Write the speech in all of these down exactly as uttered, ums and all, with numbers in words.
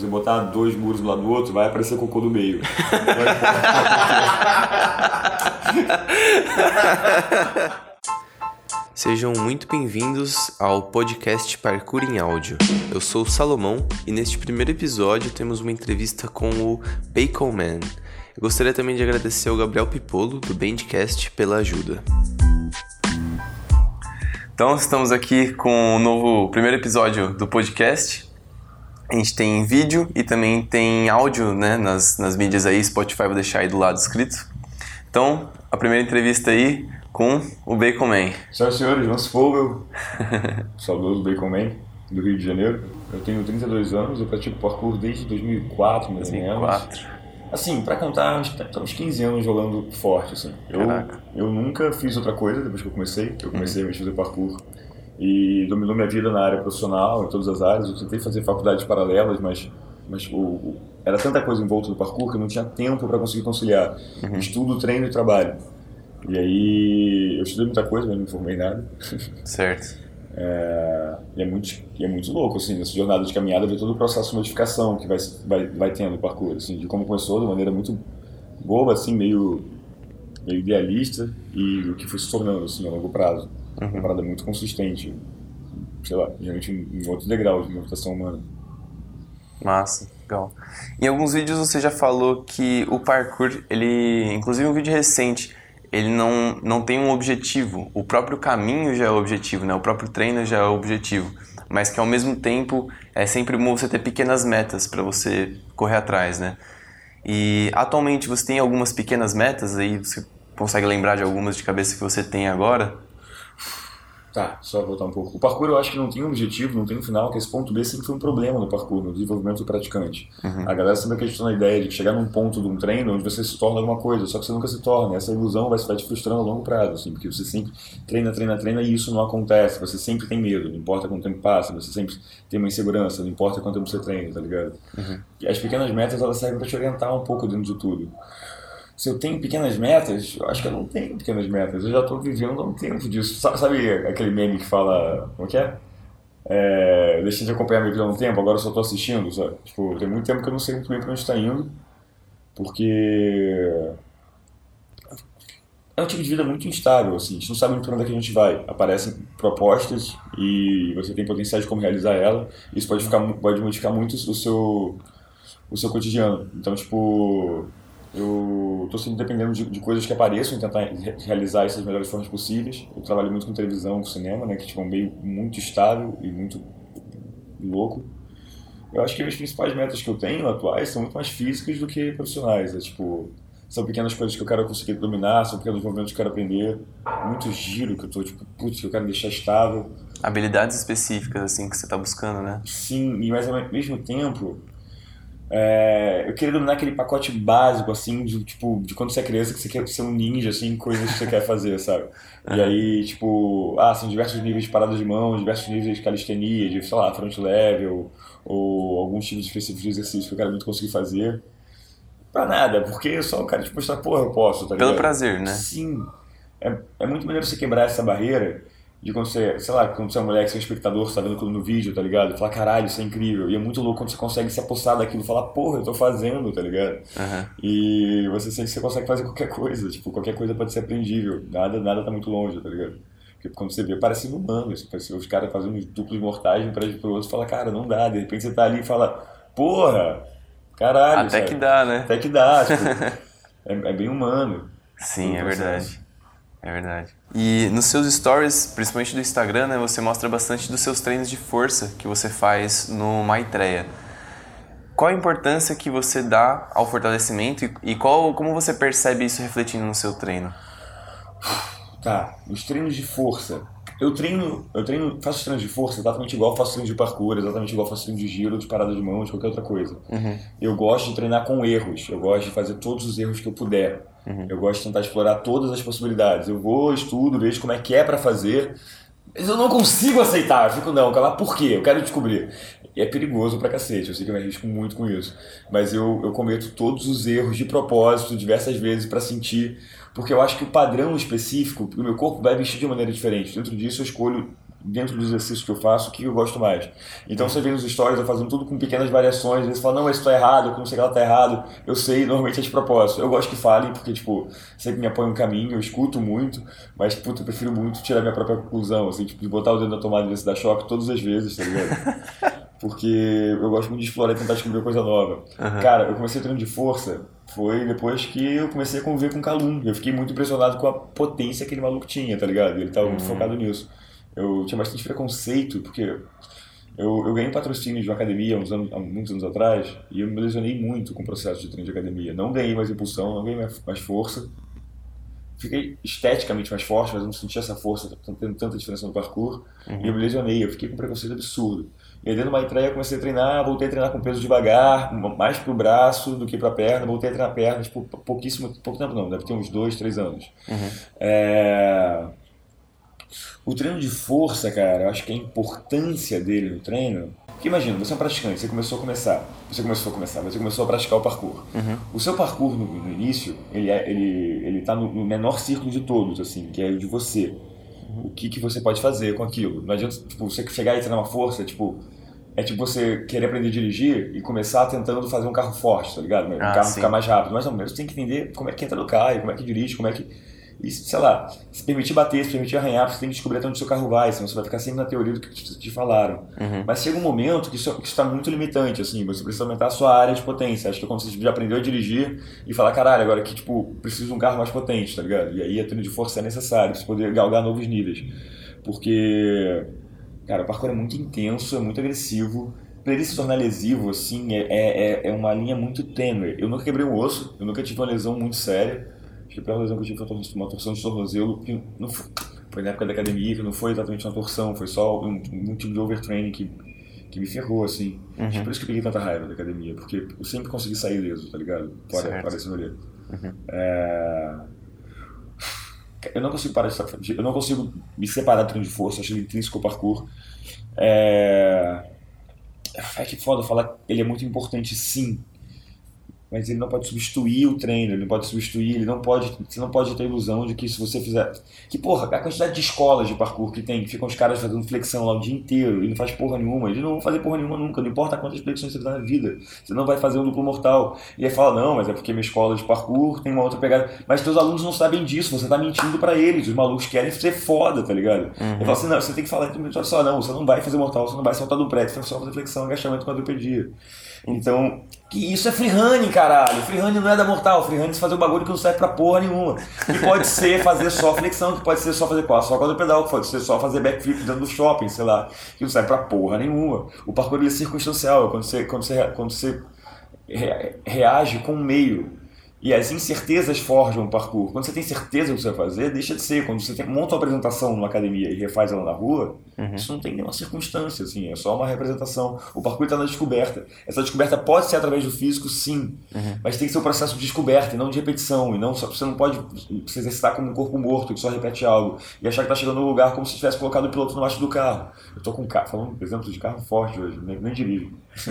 você botar dois muros do lado do outro, vai aparecer cocô do meio. Sejam muito bem-vindos ao podcast Parkour em Áudio. Eu sou o Salomão e neste primeiro episódio temos uma entrevista com o Bacon Man. Eu gostaria também de agradecer ao Gabriel Pipolo, do Bandcast, pela ajuda. Então, estamos aqui com o novo primeiro episódio do podcast. A gente tem vídeo e também tem áudio, né, nas, nas mídias aí, Spotify vou deixar aí do lado escrito. Então, a primeira entrevista aí com o Bacon Man. Senhoras e senhores, Lance Fogel, saudoso Bacon Man, do Rio de Janeiro. Eu tenho trinta e dois anos, eu pratico parkour desde dois mil e quatro, mais ou menos. dois mil e quatro. Assim, pra contar, uns quinze anos jogando forte, assim. Eu, eu nunca fiz outra coisa depois que eu comecei. Eu comecei uhum. a fazer parkour e dominou minha vida na área profissional, em todas as áreas. Eu tentei fazer faculdades paralelas, mas, mas o, o, era tanta coisa em volta do parkour que eu não tinha tempo para conseguir conciliar uhum. estudo, treino e trabalho. E aí, eu estudei muita coisa, mas não me formei em nada. Certo. É, e, é muito, e é muito louco, assim, nessa jornada de caminhada, ver todo o processo de modificação que vai, vai, vai tendo o parkour, assim, de como começou de maneira muito boba, assim, meio, meio idealista, e o que foi se tornando, assim, a longo prazo. Uhum. Uma parada muito consistente, sei lá, geralmente em outros degraus de movimentação humana. Massa, legal. Em alguns vídeos você já falou que o parkour, ele, inclusive um vídeo recente, ele não, não tem um objetivo. O próprio caminho já é o objetivo, né? O próprio treino já é o objetivo. Mas que ao mesmo tempo é sempre bom você ter pequenas metas para você correr atrás, né? E atualmente você tem algumas pequenas metas aí? Você consegue lembrar de algumas de cabeça que você tem agora? Tá, só voltar um pouco. O parkour eu acho que não tem um objetivo, não tem um final, que esse ponto B sempre foi um problema no parkour, no desenvolvimento do praticante. Uhum. A galera sempre acreditou na ideia de chegar num ponto de um treino onde você se torna alguma coisa, só que você nunca se torna. Essa ilusão vai, vai te frustrando a longo prazo, assim, porque você sempre treina, treina, treina e isso não acontece. Você sempre tem medo, não importa quanto tempo passa, você sempre tem uma insegurança, não importa quanto tempo você treina, tá ligado? Uhum. E as pequenas metas, elas servem pra te orientar um pouco dentro de tudo. Se eu tenho pequenas metas, eu acho que eu não tenho pequenas metas, eu já estou vivendo há um tempo disso. Sabe aquele meme que fala, como que é? é deixei de acompanhar minha vida há um tempo, agora eu só estou assistindo, sabe? Tipo, tem muito tempo que eu não sei muito bem para onde está indo, porque é um tipo de vida muito instável, assim, a gente não sabe muito para onde é que a gente vai. Aparecem propostas e você tem potencial de como realizar ela, e isso pode, ficar, pode modificar muito o seu, o seu cotidiano. Então, tipo... Eu estou sempre dependendo de, de coisas que apareçam e tentar realizar isso das melhores formas possíveis. Eu trabalho muito com televisão, com cinema, né, que tipo, é um meio muito estável e muito louco. Eu acho que as principais metas que eu tenho atuais são muito mais físicas do que profissionais. É, tipo, são pequenas coisas que eu quero conseguir dominar, são pequenos movimentos que eu quero aprender. Muito giro, que eu estou tipo, putz, que eu quero deixar estável. Habilidades específicas, assim, que você está buscando, né? Sim, e mas ao mesmo tempo... É, eu queria dominar aquele pacote básico, assim, de, tipo, de quando você é criança, que você quer ser um ninja, assim, coisas que você quer fazer, sabe? E aí, tipo, ah, são diversos níveis de parada de mão, diversos níveis de calistenia, de, sei lá, front level, ou alguns tipos específicos de exercício que eu quero muito conseguir fazer. Pra nada, porque eu só quero te mostrar, porra, eu posso, tá ligado? Pelo prazer, né? Sim. É, é muito maneiro você quebrar essa barreira de quando você, sei lá, quando você é um moleque, você é um espectador, você tá vendo tudo no vídeo, tá ligado? E fala, caralho, isso é incrível. E é muito louco quando você consegue se apossar daquilo e falar, porra, eu tô fazendo, tá ligado? Uhum. E você sente que você consegue fazer qualquer coisa, tipo, qualquer coisa pode ser aprendível. Nada, nada tá muito longe, tá ligado? Porque quando você vê, parece inumano, assim, parece os caras fazendo duplos mortais, um prédio pro outro, e fala, cara, não dá. De repente você tá ali e fala, porra, caralho, até sabe? que dá, né? Até que dá, tipo, é, é bem humano. Sim, é verdade. É verdade. E nos seus stories, principalmente do Instagram, né, você mostra bastante dos seus treinos de força que você faz no Maitreya. Qual a importância que você dá ao fortalecimento e, e qual, como você percebe isso refletindo no seu treino? Tá, os treinos de força. Eu treino, eu treino, faço treinos de força exatamente igual faço treinos de parkour, exatamente igual faço treinos de giro, de parada de mão, de qualquer outra coisa. Uhum. Eu gosto de treinar com erros, eu gosto de fazer todos os erros que eu puder. Uhum. Eu gosto de tentar explorar todas as possibilidades. Eu vou, estudo, vejo como é que é pra fazer, mas eu não consigo aceitar. Eu fico, não, calma, por quê? Eu quero descobrir. E é perigoso pra cacete, eu sei que eu me arrisco muito com isso. Mas eu, eu cometo todos os erros de propósito, diversas vezes, pra sentir. Porque eu acho que o padrão específico, o meu corpo vai vestir de uma maneira diferente. Dentro disso eu escolho dentro dos exercícios que eu faço, o que eu gosto mais. Então você vê nos stories eu fazendo tudo com pequenas variações, às vezes fala, não, mas isso tá errado, eu não sei que ela tá errado. Eu sei, normalmente é de propósito. Eu gosto que falem, porque, tipo, sempre me apoio um caminho, eu escuto muito, mas, puta, eu prefiro muito tirar minha própria conclusão, assim, tipo, de botar o dedo na tomada e ver se dá choque todas as vezes, tá ligado? Porque eu gosto muito de explorar e tentar descobrir coisa nova. Uhum. Cara, eu comecei treino de força, foi depois que eu comecei a conviver com o Calum. Eu fiquei muito impressionado com a potência que aquele maluco tinha, tá ligado? Ele tava muito uhum. focado nisso. Eu tinha bastante preconceito, porque eu, eu ganhei patrocínio de uma academia uns anos, há muitos anos atrás, e eu me lesionei muito com o processo de treino de academia. Não ganhei mais impulsão, não ganhei mais força. Fiquei esteticamente mais forte, mas eu não senti essa força, tendo tanta diferença no parkour. Uhum. E eu me lesionei, eu fiquei com um preconceito absurdo. E aí dentro de uma estreia eu comecei a treinar, voltei a treinar com peso devagar, mais pro braço do que pra perna, voltei a treinar perna, tipo, pouquíssimo, pouco tempo não, deve ter uns dois, três anos. Uhum. É... O treino de força, cara, eu acho que a importância dele no treino... Porque imagina, você é um praticante, você começou a começar, você começou a começar, você começou a praticar o parkour. Uhum. O seu parkour no, no início, ele, é, ele, ele tá no, no menor círculo de todos, assim, que é o de você. Uhum. O que, que você pode fazer com aquilo. Não adianta, tipo, você chegar e treinar uma força, tipo... É tipo você querer aprender a dirigir e começar tentando fazer um carro forte, tá ligado? Um ah, carro sim. ficar mais rápido. Mas não, você tem que entender como é que entra no carro, como é que dirige, como é que... E, sei lá, se permitir bater, se permitir arranhar, você tem que descobrir até onde o seu carro vai, senão você vai ficar sempre na teoria do que te, te falaram. Uhum. Mas chega um momento que isso está muito limitante, assim, você precisa aumentar a sua área de potência. Acho que é quando você já aprendeu a dirigir e falar, caralho, agora aqui, tipo, preciso de um carro mais potente, tá ligado? E aí a treino de força é necessário, pra você poder galgar novos níveis. Porque, cara, o parkour é muito intenso, é muito agressivo. Pra ele se tornar lesivo, assim, é, é, é uma linha muito tênue. Eu nunca quebrei um osso, eu nunca tive uma lesão muito séria. Acho que a pior lesão que eu tive foi uma torção de tornozelo, que não foi, foi na época da academia, que não foi exatamente uma torção, foi só um, um tipo de overtraining que, que me ferrou, assim. Uhum. Acho que por isso que eu peguei tanta raiva da academia, porque eu sempre consegui sair leso, tá ligado? Fora, fora esse rolê. Uhum. É... Eu não consigo parar de, eu não consigo me separar do treino de força, acho ele intrínseco ao parkour. É... é que foda falar que ele é muito importante, sim. Mas ele não pode substituir o treino, ele não pode substituir, ele não pode, você não pode ter a ilusão de que se você fizer... Que porra, a quantidade de escolas de parkour que tem, que ficam os caras fazendo flexão lá o dia inteiro, ele não faz porra nenhuma, eles não vão fazer porra nenhuma nunca, não importa quantas flexões você fizer na vida, você não vai fazer um duplo mortal. E aí fala, não, mas é porque minha escola de parkour tem uma outra pegada, mas teus alunos não sabem disso, você tá mentindo pra eles, os malucos querem ser foda, tá ligado? Uhum. Eu falo assim, não, você tem que falar, olha só, não, você não vai fazer mortal, você não vai saltar do prédio, você vai só fazer flexão, agachamento, quadrupedia. Então, que isso é freehand, caralho. Freehand não é da mortal. Freehand é fazer um bagulho que não serve pra porra nenhuma. Que pode ser fazer só flexão, que pode ser só fazer quatro, só quadro pedal, que pode ser só fazer backflip dentro do shopping, sei lá. Que não serve pra porra nenhuma. O parkour ele é circunstancial, quando você, quando você, quando você reage com o meio. E as incertezas forjam o parkour. Quando você tem certeza do que você vai fazer, deixa de ser. Quando você tem, monta uma apresentação numa academia e refaz ela na rua, uhum. isso não tem nenhuma circunstância, assim, é só uma representação. O parkour está na descoberta. Essa descoberta pode ser através do físico, sim, uhum. mas tem que ser um processo de descoberta e não de repetição. E não, você não pode se exercitar como um corpo morto que só repete algo e achar que está chegando no lugar como se tivesse colocado o piloto no macho do carro. Eu estou com um carro, falando exemplo de carro forte hoje, nem, nem dirijo.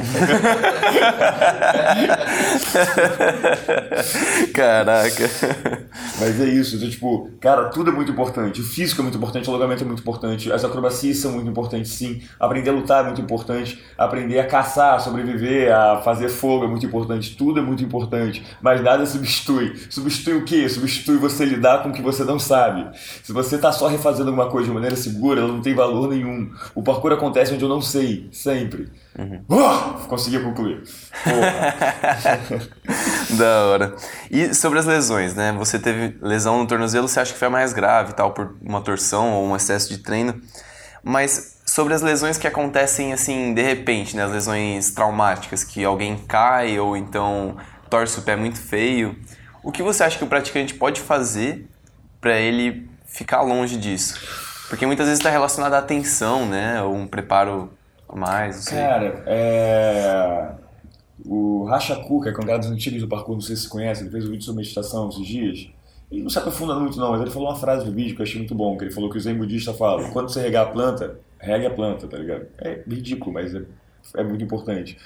Caraca. Mas é isso, então, tipo, cara, tudo é muito importante. O físico é muito importante, o alongamento é muito importante, as acrobacias são muito importantes, sim. Aprender a lutar é muito importante, aprender a caçar, a sobreviver, a fazer fogo é muito importante, tudo é muito importante, mas nada substitui. Substitui o quê? Substitui você lidar com o que você não sabe. Se você tá só refazendo alguma coisa de maneira segura, ela não tem valor nenhum. O parkour acontece onde eu não sei, sempre. Uhum. Uh, consegui concluir. Da hora. E sobre as lesões, né? Você teve lesão no tornozelo, você acha que foi a mais grave, tal, por uma torção ou um excesso de treino. Mas sobre as lesões que acontecem assim de repente, né? As lesões traumáticas, que alguém cai ou então torce o pé muito feio. O que você acha que o praticante pode fazer para ele ficar longe disso? Porque muitas vezes está relacionado à atenção, né? Ou um preparo mais, não sei. Cara, é... o Racha Kuka, que é um cara dos antigos do parkour, não sei se você conhece, ele fez um vídeo sobre meditação esses dias. Ele não se aprofunda muito não, mas ele falou uma frase no vídeo que eu achei muito bom, que ele falou que o Zen budista fala, quando você regar a planta, regue a planta, tá ligado? É ridículo, mas é, é muito importante.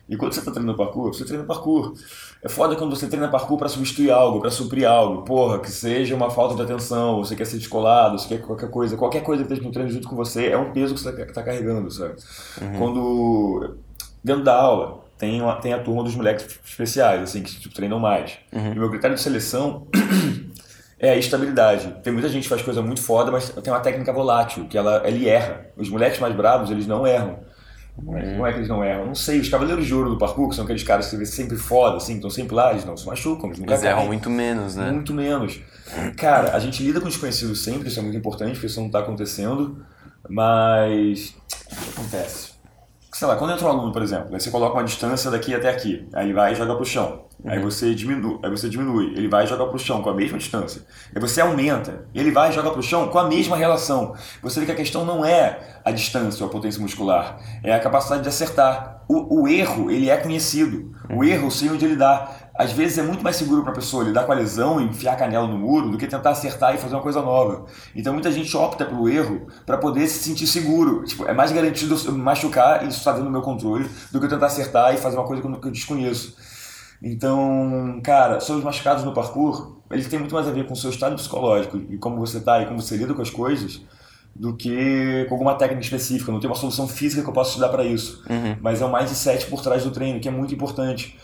E quando você está treinando parkour, você treina parkour. É foda quando você treina parkour para substituir algo, para suprir algo. Porra, que seja uma falta de atenção, você quer ser descolado, você quer qualquer coisa. Qualquer coisa que esteja no treino junto com você é um peso que você está carregando, sabe? Uhum. Quando, dentro da aula, tem, uma, tem a turma dos moleques especiais, assim, que tipo, treinam mais. Uhum. E o meu critério de seleção é a estabilidade. Tem muita gente que faz coisa muito foda, mas tem uma técnica volátil, que ela, ela erra. Os moleques mais bravos, eles não erram. Como é, como é que eles não erram? Não sei, os cavaleiros de ouro do parkour, que são aqueles caras que você vê sempre foda, assim, estão sempre lá, eles não se machucam, eles nunca Eles erram caem. muito menos, né? Muito menos. Cara, a gente lida com o desconhecido sempre, isso é muito importante, porque isso não está acontecendo, mas o que acontece? Sei lá, quando entra um aluno, por exemplo, aí você coloca uma distância daqui até aqui, aí ele vai e joga pro chão. Uhum. Aí você diminui, aí você diminui, ele vai e joga pro chão com a mesma distância. Aí você aumenta, ele vai e joga pro chão com a mesma relação. Você vê que a questão não é a distância ou a potência muscular, é a capacidade de acertar. O, o erro, ele é conhecido. O erro, eu sei onde ele dá. Às vezes é muito mais seguro para a pessoa lidar com a lesão e enfiar a canela no muro do que tentar acertar e fazer uma coisa nova. Então muita gente opta pelo erro para poder se sentir seguro. Tipo, é mais garantido eu me machucar e isso está dentro do meu controle do que eu tentar acertar e fazer uma coisa que eu desconheço. Então, cara, sobre os machucados no parkour, eles têm muito mais a ver com o seu estado psicológico e como você está e como você lida com as coisas do que com alguma técnica específica. Não tem uma solução física que eu possa te dar para isso. Uhum. Mas é o mindset por trás do treino, que é muito importante.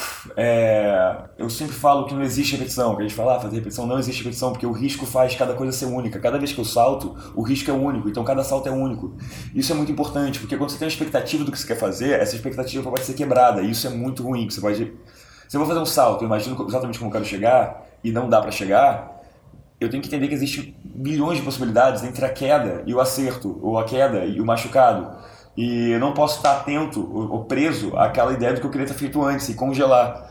É, eu sempre falo que não existe repetição, que a gente fala, ah, fazer repetição, não existe repetição, porque o risco faz cada coisa ser única. Cada vez que eu salto, o risco é único, então cada salto é único. Isso é muito importante, porque quando você tem uma expectativa do que você quer fazer, essa expectativa pode ser quebrada, e isso é muito ruim. Você pode, se eu vou fazer um salto, eu imagino exatamente como eu quero chegar, e não dá pra chegar, eu tenho que entender que existem milhões de possibilidades entre a queda e o acerto, ou a queda e o machucado. E eu não posso estar atento ou preso àquela ideia do que eu queria ter feito antes e congelar.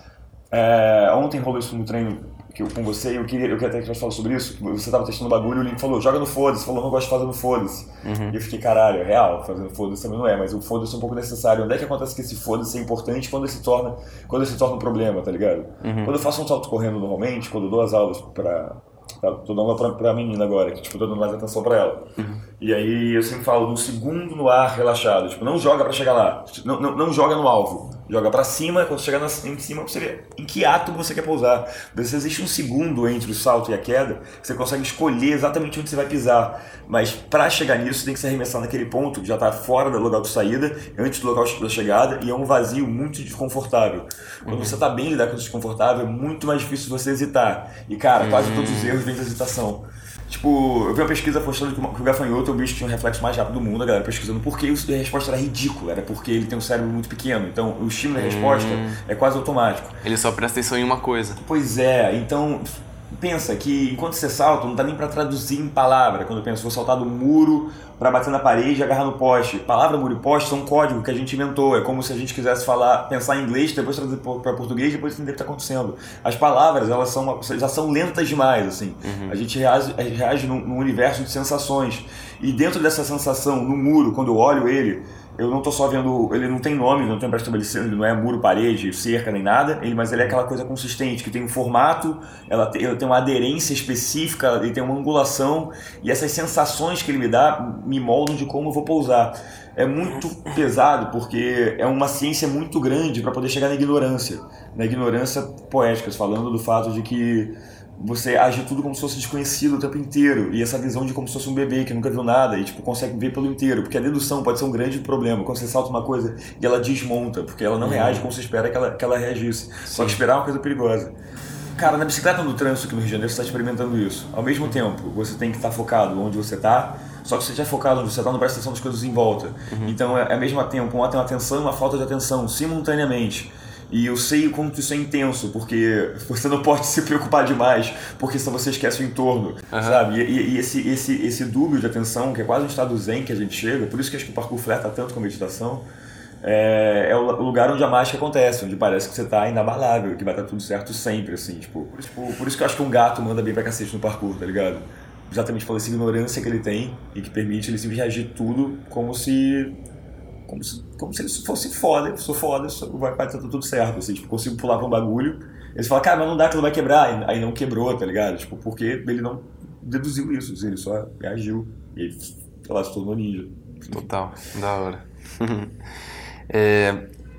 É, ontem rolou isso no treino que eu, com você e eu queria, eu queria até que você falasse sobre isso. Você estava testando o bagulho e o Link falou, joga no foda-se. Falou, não gosto de fazer no foda-se. Uhum. E eu fiquei, caralho, é real, fazendo foda-se também não é, mas o foda-se é um pouco necessário. Onde é que acontece que esse foda-se é importante quando ele se torna, quando ele se torna um problema, tá ligado? Uhum. Quando eu faço um salto correndo normalmente, quando eu dou as aulas pra... Tô dando pra, pra menina agora, que tipo, tô dando mais atenção pra ela. Uhum. E aí eu sempre falo, um segundo no ar relaxado, tipo, não joga pra chegar lá, não, não, não joga no alvo, joga pra cima, quando chegar na, em cima você vê em que ato você quer pousar. Se existe um segundo entre o salto e a queda, você consegue escolher exatamente onde você vai pisar, mas pra chegar nisso tem que se arremessar naquele ponto que já tá fora do local de saída, antes do local da chegada, e é um vazio muito desconfortável. Quando uhum. você tá bem lidar com isso desconfortável, é muito mais difícil você hesitar. E cara, uhum. quase todos os erros vêm da hesitação. Tipo, eu vi uma pesquisa mostrando que o gafanhoto é o bicho que tinha um reflexo mais rápido do mundo, a galera pesquisando por que a resposta era ridícula, era porque ele tem um cérebro muito pequeno, então o estímulo da resposta hum. é quase automático. Ele só presta atenção em uma coisa. Pois é, então pensa que enquanto você salta, não dá nem pra traduzir em palavra. Quando eu penso, vou saltar do muro pra bater na parede e agarrar no poste. Palavra, muro e poste são um código que a gente inventou. É como se a gente quisesse falar, pensar em inglês, depois traduzir pra português, depois entender o que tá acontecendo. As palavras, elas são, já são lentas demais, assim. Uhum. A gente reage, reage num, num universo de sensações. E dentro dessa sensação, no muro, quando eu olho ele, eu não tô só vendo, ele não tem nome, não tem para estabelecer, ele não é muro, parede, cerca, nem nada, ele, mas ele é aquela coisa consistente, que tem um formato, ela tem, ela tem uma aderência específica, ele tem uma angulação, e essas sensações que ele me dá me moldam de como eu vou pousar. É muito pesado, porque é uma ciência muito grande para poder chegar na ignorância, na ignorância poética, falando do fato de que você age tudo como se fosse desconhecido o tempo inteiro, e essa visão de como se fosse um bebê que nunca viu nada e tipo, consegue ver pelo inteiro, porque a dedução pode ser um grande problema quando você salta uma coisa e ela desmonta, porque ela não uhum. reage como você espera que ela, que ela reagisse. Sim. Só que esperar é uma coisa perigosa. Cara, na bicicleta no trânsito aqui no Rio de Janeiro você está experimentando isso. Ao mesmo tempo, você tem que estar focado onde você está, só que você já é focado onde você está, não presta atenção das coisas em volta. Uhum. Então é ao mesmo tempo uma tem uma atenção e uma falta de atenção, simultaneamente. E eu sei o quanto isso é intenso, porque você não pode se preocupar demais, porque senão você esquece o entorno, uhum. sabe? E, e esse, esse, esse dúbio de atenção, que é quase um estado zen que a gente chega, por isso que acho que o parkour flerta tanto com a meditação, é, é o lugar onde a mágica acontece, onde parece que você está inabalável, que vai estar tudo certo sempre, assim, tipo, por, tipo, por isso que eu acho que um gato manda bem pra cacete no parkour, tá ligado? Exatamente por essa ignorância que ele tem e que permite ele simplesmente reagir tudo como se... Como se, como se ele fosse foda, eu sou foda, vai, vai estar tudo certo, assim, tipo, consigo pular pra um bagulho, eles falam, cara, mas não dá que ele vai quebrar, aí não quebrou, tá ligado? Tipo, porque ele não deduziu isso, assim, ele só reagiu, e aí, sei lá, se tornou ninja. Total, da hora. é,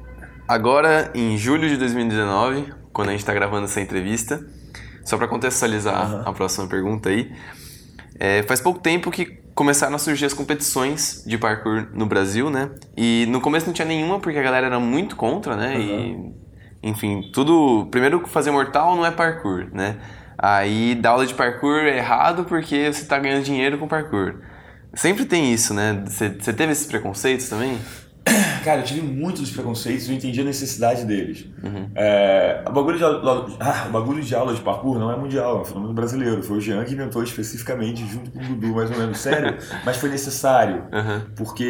Agora, em julho de dois mil e dezenove, quando a gente está gravando essa entrevista, só para contextualizar uhum. a próxima pergunta aí, é, faz pouco tempo que começaram a surgir as competições de parkour no Brasil, né? E no começo não tinha nenhuma porque a galera era muito contra, né? Uhum. E, enfim, tudo... Primeiro, fazer mortal não é parkour, né? Aí, dar aula de parkour é errado porque você tá ganhando dinheiro com parkour. Sempre tem isso, né? Você teve esses preconceitos também? Cara, eu tive muitos preconceitos e eu entendi a necessidade deles. Uhum. É, o, bagulho de aula, ah, o bagulho de aula de parkour não é mundial, é um fenômeno brasileiro. Foi o Jean que inventou especificamente, junto com o Dudu, mais ou menos. Sério, mas foi necessário. Uhum.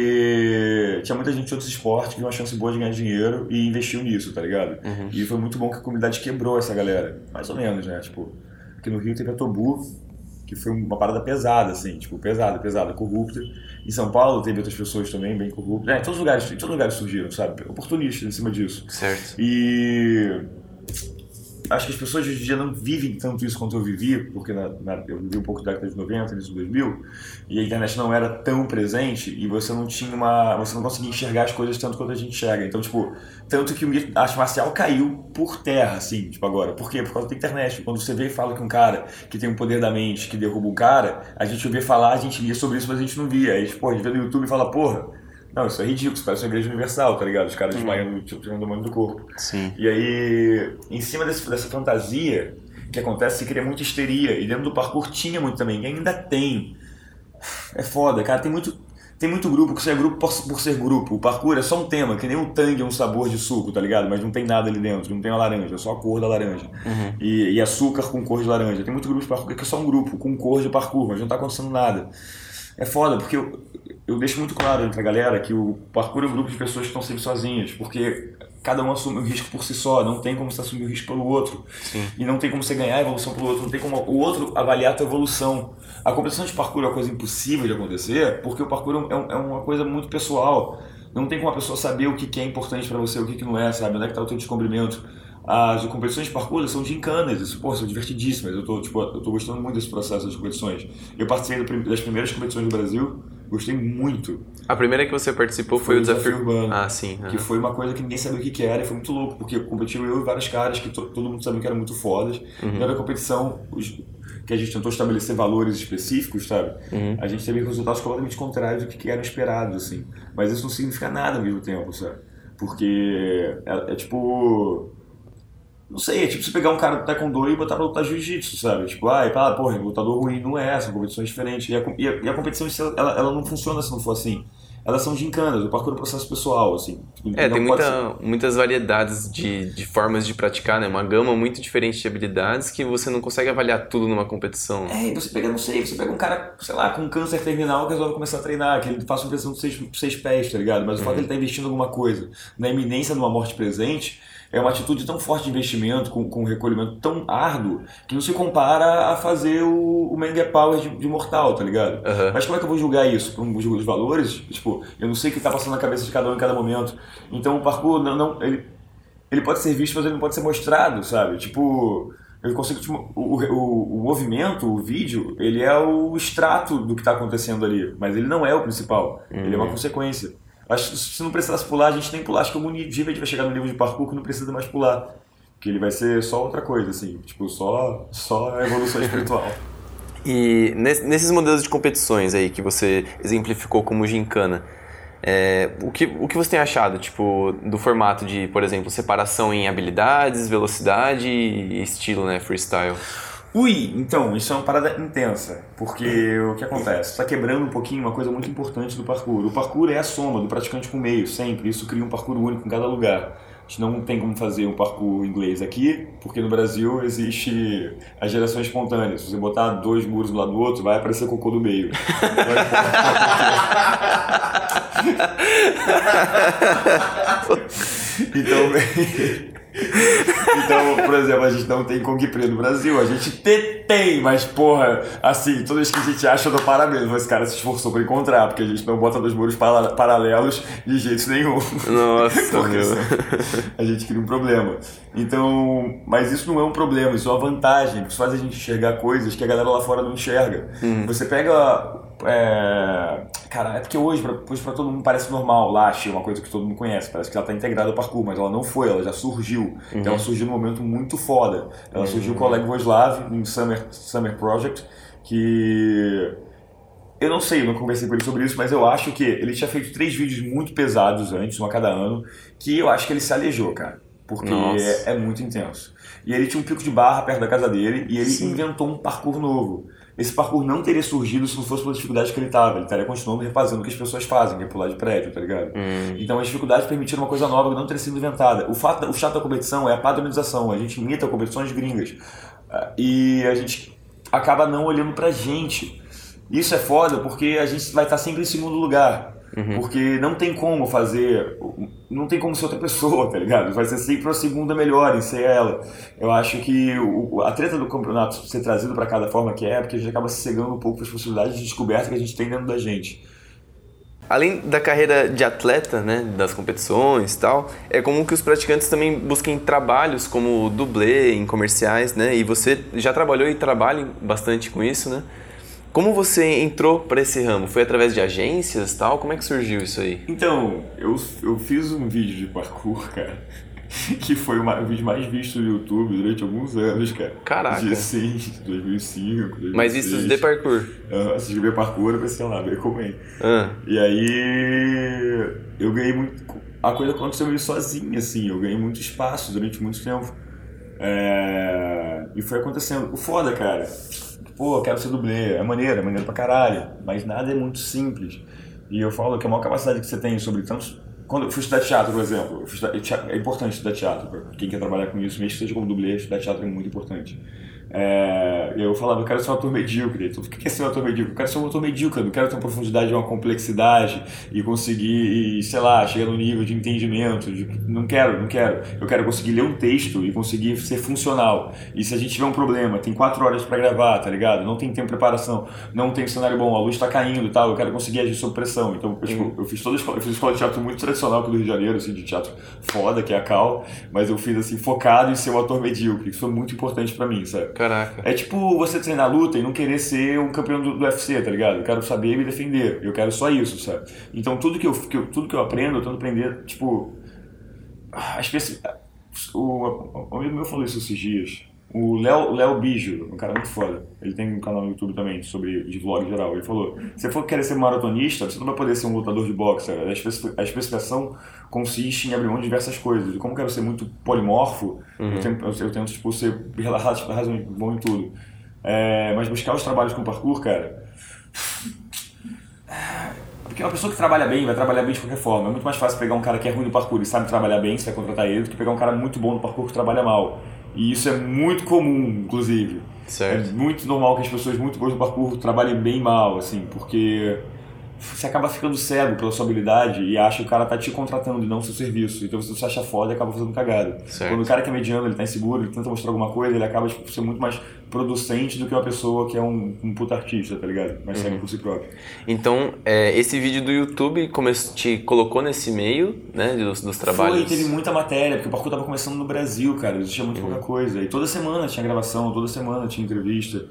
Porque tinha muita gente de outros esportes que tinha uma chance boa de ganhar dinheiro e investiu nisso, tá ligado? Uhum. E foi muito bom que a comunidade quebrou essa galera. Mais ou menos, né? Tipo, aqui no Rio teve a Tobu, que foi uma parada pesada, assim, tipo, pesada, pesada, corrupta. Em São Paulo teve outras pessoas também bem corruptas. É, em todos os lugares, em todos os lugares surgiram, sabe? Oportunistas em cima disso. Certo. E acho que as pessoas hoje em dia não vivem tanto isso quanto eu vivi, porque na, na, eu vivi um pouco da década de noventa, início de dois mil, e a internet não era tão presente e você não tinha uma... você não conseguia enxergar as coisas tanto quanto a gente enxerga. Então, tipo, tanto que a arte marcial caiu por terra, assim, tipo, agora. Por quê? Por causa da internet. Quando você vê e fala que um cara que tem um poder da mente, que derruba um cara, a gente ouvia falar, a gente lia sobre isso, mas a gente não via. Aí, tipo, a gente vê no YouTube e fala, porra, não, isso é ridículo, isso parece uma igreja universal, tá ligado? Os caras desmaiando, tipo, tirando o demônio do corpo. Sim. E aí, em cima desse, dessa fantasia que acontece, se cria muita histeria. E dentro do parkour tinha muito também, e ainda tem. É foda, cara, tem muito... Tem muito grupo que só é grupo por, por ser grupo. O parkour é só um tema, que nem um tangue é um sabor de suco, tá ligado? Mas não tem nada ali dentro, não tem uma laranja, é só a cor da laranja. Uhum. E, e açúcar com cor de laranja. Tem muito grupo de parkour que é só um grupo com cor de parkour, mas não tá acontecendo nada. É foda, porque eu, eu deixo muito claro entre a galera que o parkour é um grupo de pessoas que estão sempre sozinhas, porque cada um assume o risco por si só, não tem como você assumir o risco pelo outro. Sim. E não tem como você ganhar a evolução pelo outro, não tem como o outro avaliar a tua evolução. A competição de parkour é uma coisa impossível de acontecer, porque o parkour é, um, é uma coisa muito pessoal. Não tem como a pessoa saber o que é importante pra você, o que não é, sabe? Onde é que tá o teu descobrimento. As competições de parkour são gincanas, isso, pô, são divertidíssimas. Eu tô, tipo, eu tô gostando muito desse processo das competições. Eu participei das primeiras competições do Brasil, gostei muito. A primeira que você participou foi, foi o Desafio Urbano. Ah, sim. Uhum. Que foi uma coisa que ninguém sabia o que era e foi muito louco, porque competiu eu e vários caras que to, todo mundo sabia que eram muito fodas. Uhum. E na competição, os, que a gente tentou estabelecer valores específicos, sabe? Uhum. A gente teve resultados completamente contrários do que eram esperados, assim. Mas isso não significa nada ao mesmo tempo, sabe? Porque é, é tipo... Não sei, é tipo você pegar um cara do taekwondo e botar pra lutar jiu-jitsu, sabe? Tipo, ah, e fala, porra, lutador ruim. Não é, são competições diferentes. E a, e a, e a competição, ela, ela não funciona se não for assim. Elas são gincanas, o parkour é um processo pessoal, assim. É, tem muita, muitas variedades de, de formas de praticar, né? Uma gama muito diferente de habilidades que você não consegue avaliar tudo numa competição. É, e você pega, não sei, você pega um cara, sei lá, com câncer terminal que resolve começar a treinar, que ele faça uma pressão de seis, seis pés, tá ligado? Mas o uhum. fato de ele estar investindo em alguma coisa, na iminência de uma morte presente, é uma atitude tão forte de investimento, com, com um recolhimento tão árduo, que não se compara a fazer o, o Manga Power de, de mortal, tá ligado? Uhum. Mas como é que eu vou julgar isso? Por um jogo de valores? Tipo, eu não sei o que tá passando na cabeça de cada um em cada momento. Então o parkour, não, não, ele, ele pode ser visto, mas ele não pode ser mostrado, sabe? Tipo, eu consigo, tipo, o, o, o movimento, o vídeo, ele é o extrato do que tá acontecendo ali, mas ele não é o principal, uhum. ele é uma consequência. Acho que se não precisasse pular, a gente nem pular. Acho que algum dia a gente vai chegar no nível de parkour que não precisa mais pular. Que ele vai ser só outra coisa, assim. Tipo, só, só a evolução espiritual. E nesses modelos de competições aí que você exemplificou como gincana, é, o, que, o que você tem achado, tipo, do formato de, por exemplo, separação em habilidades, velocidade e estilo, né, freestyle? Ui, então, isso é uma parada intensa, porque o que acontece? Está quebrando um pouquinho uma coisa muito importante do parkour. O parkour é a soma do praticante com o meio, sempre. Isso cria um parkour único em cada lugar. A gente não tem como fazer um parkour inglês aqui, porque no Brasil existe a geração espontânea. Se você botar dois muros do lado do outro, vai aparecer cocô do meio. Então, bem... Então, por exemplo, a gente não tem Kung Pre no Brasil, a gente tem, mas porra, assim, toda vez que a gente acha, eu dou parabéns, mas esse cara se esforçou pra encontrar, porque a gente não bota dois muros para- paralelos de jeito nenhum. Nossa, porque meu. a gente cria um problema. Então, mas isso não é um problema, isso é uma vantagem, isso faz a gente enxergar coisas que a galera lá fora não enxerga. Hum. Você pega É... Cara, é porque hoje pra, hoje pra todo mundo parece normal, Lash é uma coisa que todo mundo conhece, parece que ela tá integrada ao parkour, mas ela não foi, ela já surgiu. Uhum. Então ela surgiu num momento muito foda. Ela uhum. surgiu com o Oleg Voslav em Summer, Summer Project, que... Eu não sei, eu não conversei com ele sobre isso, mas eu acho que ele tinha feito três vídeos muito pesados antes, um a cada ano, que eu acho que ele se aleijou, cara. Porque é, é muito intenso. E ele tinha um pico de barra perto da casa dele e ele Sim. inventou um parkour novo. Esse parkour não teria surgido se não fosse pela dificuldade que ele tava. Ele estaria continuando refazendo o que as pessoas fazem, que é pular de prédio, tá ligado? Hum. Então as dificuldades permitiram uma coisa nova que não teria sido inventada. O, fato, o chato da competição é a padronização. A gente imita competições gringas. E a gente acaba não olhando pra gente. Isso é foda porque a gente vai estar sempre em segundo lugar. Uhum. Porque não tem como fazer, não tem como ser outra pessoa, tá ligado? Vai ser sempre a segunda melhor em ser ela. Eu acho que o, a treta do campeonato ser trazido para cada forma que é, porque a gente acaba se cegando um pouco para as possibilidades de descoberta que a gente tem dentro da gente. Além da carreira de atleta, né, das competições e tal, é comum que os praticantes também busquem trabalhos como dublê em comerciais, né? E você já trabalhou e trabalha bastante com isso, né? Como você entrou para esse ramo? Foi através de agências e tal? Como é que surgiu isso aí? Então, eu, eu fiz um vídeo de parkour, cara, que foi uma, o vídeo mais visto no YouTube durante alguns anos, cara. Caraca. De, sim, dois mil e cinco, dois mil e seis. Mais vistos de parkour? Aham, uh, se de parkour, eu pensei lá, bem comendo. Ah. E aí, eu ganhei muito... A coisa aconteceu meio sozinha, assim, eu ganhei muito espaço durante muito tempo. É... E foi acontecendo. O foda, cara... Pô, eu quero ser dublê, é maneiro, é maneiro pra caralho, mas nada é muito simples. E eu falo que a maior capacidade que você tem sobre tantos... Quando eu fui estudar teatro, por exemplo, eu fui estudar... é importante estudar teatro, pra quem quer trabalhar com isso, mesmo que seja como dublê, estudar teatro é muito importante. É... Eu falava, eu quero ser um ator medíocre. Então, o que é ser um ator medíocre? Eu quero ser um ator medíocre, eu não quero ter uma profundidade, uma complexidade e conseguir, e, sei lá, chegar no nível de entendimento. De... Não quero, não quero. Eu quero conseguir ler um texto e conseguir ser funcional. E se a gente tiver um problema, tem quatro horas pra gravar, tá ligado? Não tem tempo de preparação, não tem cenário bom, a luz tá caindo e tal, eu quero conseguir agir sob pressão. Então, eu, tipo, eu fiz toda a escola, eu fiz escola de teatro muito tradicional aqui do Rio de Janeiro, assim, de teatro foda, que é a Cal, mas eu fiz, assim, focado em ser um ator medíocre. Isso foi muito importante pra mim, sabe? Caraca. É tipo você treinar luta e não querer ser um campeão do, do U F C, tá ligado? Eu quero saber me defender, eu quero só isso, sabe? Então tudo que eu, que eu, tudo que eu aprendo, eu tento aprender, tipo... A especi... o, o amigo meu falou isso esses dias. O Léo, Léo Bijo, um cara muito foda, ele tem um canal no YouTube também sobre de vlog em geral. Ele falou: se você for querer ser maratonista, você não vai poder ser um lutador de boxe. A, especi, a especificação consiste em abrir mão de diversas coisas. E como eu quero ser muito polimorfo, uhum. eu, tento, eu, eu tento tipo, ser razoável bom em tudo. É, mas buscar os trabalhos com parkour, cara. Porque uma pessoa que trabalha bem vai trabalhar bem de qualquer forma. É muito mais fácil pegar um cara que é ruim no parkour e sabe trabalhar bem, você vai contratar ele, do que pegar um cara muito bom no parkour que trabalha mal. E isso é muito comum, inclusive. Certo. É muito normal que as pessoas muito boas no parkour trabalhem bem mal, assim, porque você acaba ficando cego pela sua habilidade e acha que o cara tá te contratando e não o seu serviço. Então você se acha foda e acaba fazendo cagada. Certo. Quando o cara que é mediano, ele tá inseguro, ele tenta mostrar alguma coisa, ele acaba tipo, sendo muito mais producente do que uma pessoa que é um, um puta artista, tá ligado? Mais cego uhum. por si próprio. Então, é, esse vídeo do YouTube come- te colocou nesse meio, né, dos, dos trabalhos? Foi, teve muita matéria, porque o parkour tava começando no Brasil, cara, existia muito uhum. pouca coisa. E toda semana tinha gravação, toda semana tinha entrevista.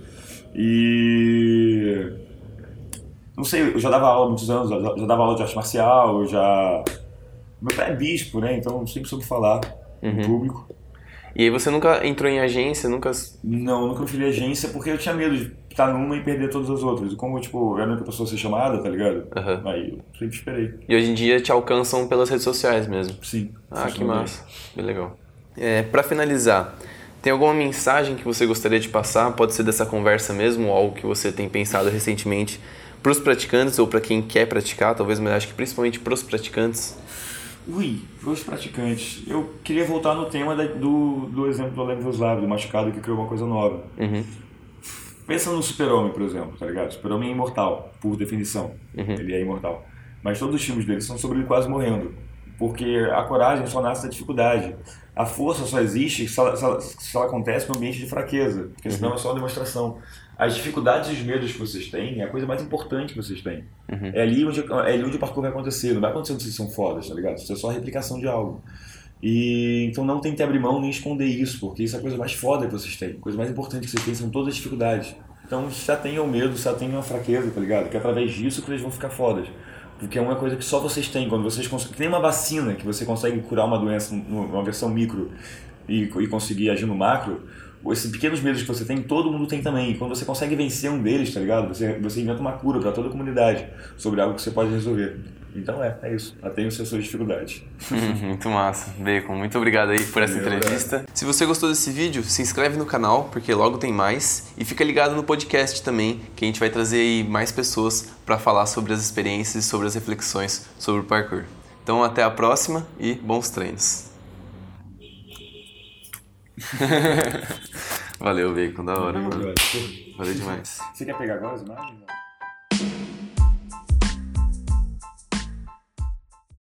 E... Não sei, eu já dava aula há muitos anos, já, já dava aula de arte marcial, eu já... Meu pai é bispo, né, então sempre soube falar uhum. em público. E aí você nunca entrou em agência, nunca... Não, nunca me fui em agência porque eu tinha medo de estar numa e perder todas as outras. E como, tipo, eu era a única pessoa a ser chamada, tá ligado? Uhum. Aí eu sempre esperei. E hoje em dia te alcançam pelas redes sociais mesmo? Sim. Ah, que massa. Bem legal. É, pra finalizar, tem alguma mensagem que você gostaria de passar? Pode ser dessa conversa mesmo, ou algo que você tem pensado recentemente para os praticantes ou para quem quer praticar, talvez, mas acho que principalmente para os praticantes. Ui, para os praticantes. Eu queria voltar no tema da, do, do exemplo do Oleg Voslav, do machucado que criou uma coisa nova. Uhum. Pensa no Super-Homem, por exemplo, tá ligado? O Super-Homem é imortal, por definição. Uhum. Ele é imortal. Mas todos os filmes dele são sobre ele quase morrendo. Porque a coragem só nasce da dificuldade. A força só existe se ela, se ela, se ela acontece no ambiente de fraqueza. Porque senão uhum. é só uma demonstração. As dificuldades e os medos que vocês têm é a coisa mais importante que vocês têm. Uhum. É, ali onde, é ali onde o parkour vai acontecer. Não vai acontecer onde vocês são fodas, tá ligado? Isso é só a replicação de algo. E, então não tente abrir mão nem esconder isso, porque isso é a coisa mais foda que vocês têm. A coisa mais importante que vocês têm são todas as dificuldades. Então já tenham medo, já tenham a fraqueza, tá ligado? Que é através disso que eles vão ficar fodas. Porque é uma coisa que só vocês têm. Quando vocês conseguem... Que nem uma vacina, que você consegue curar uma doença numa versão micro e, e conseguir agir no macro, esses pequenos medos que você tem, todo mundo tem também. E quando você consegue vencer um deles, tá ligado? Você, você inventa uma cura para toda a comunidade sobre algo que você pode resolver. Então é, é isso. Atenha as suas dificuldades. Muito massa. Bacon, muito obrigado aí por essa Meu entrevista. É. Se você gostou desse vídeo, se inscreve no canal, porque logo tem mais. E fica ligado no podcast também, que a gente vai trazer aí mais pessoas para falar sobre as experiências e sobre as reflexões sobre o parkour. Então até a próxima e bons treinos. Valeu, Bacon, da hora, mano. Valeu demais. Você quer pegar agora as imagens?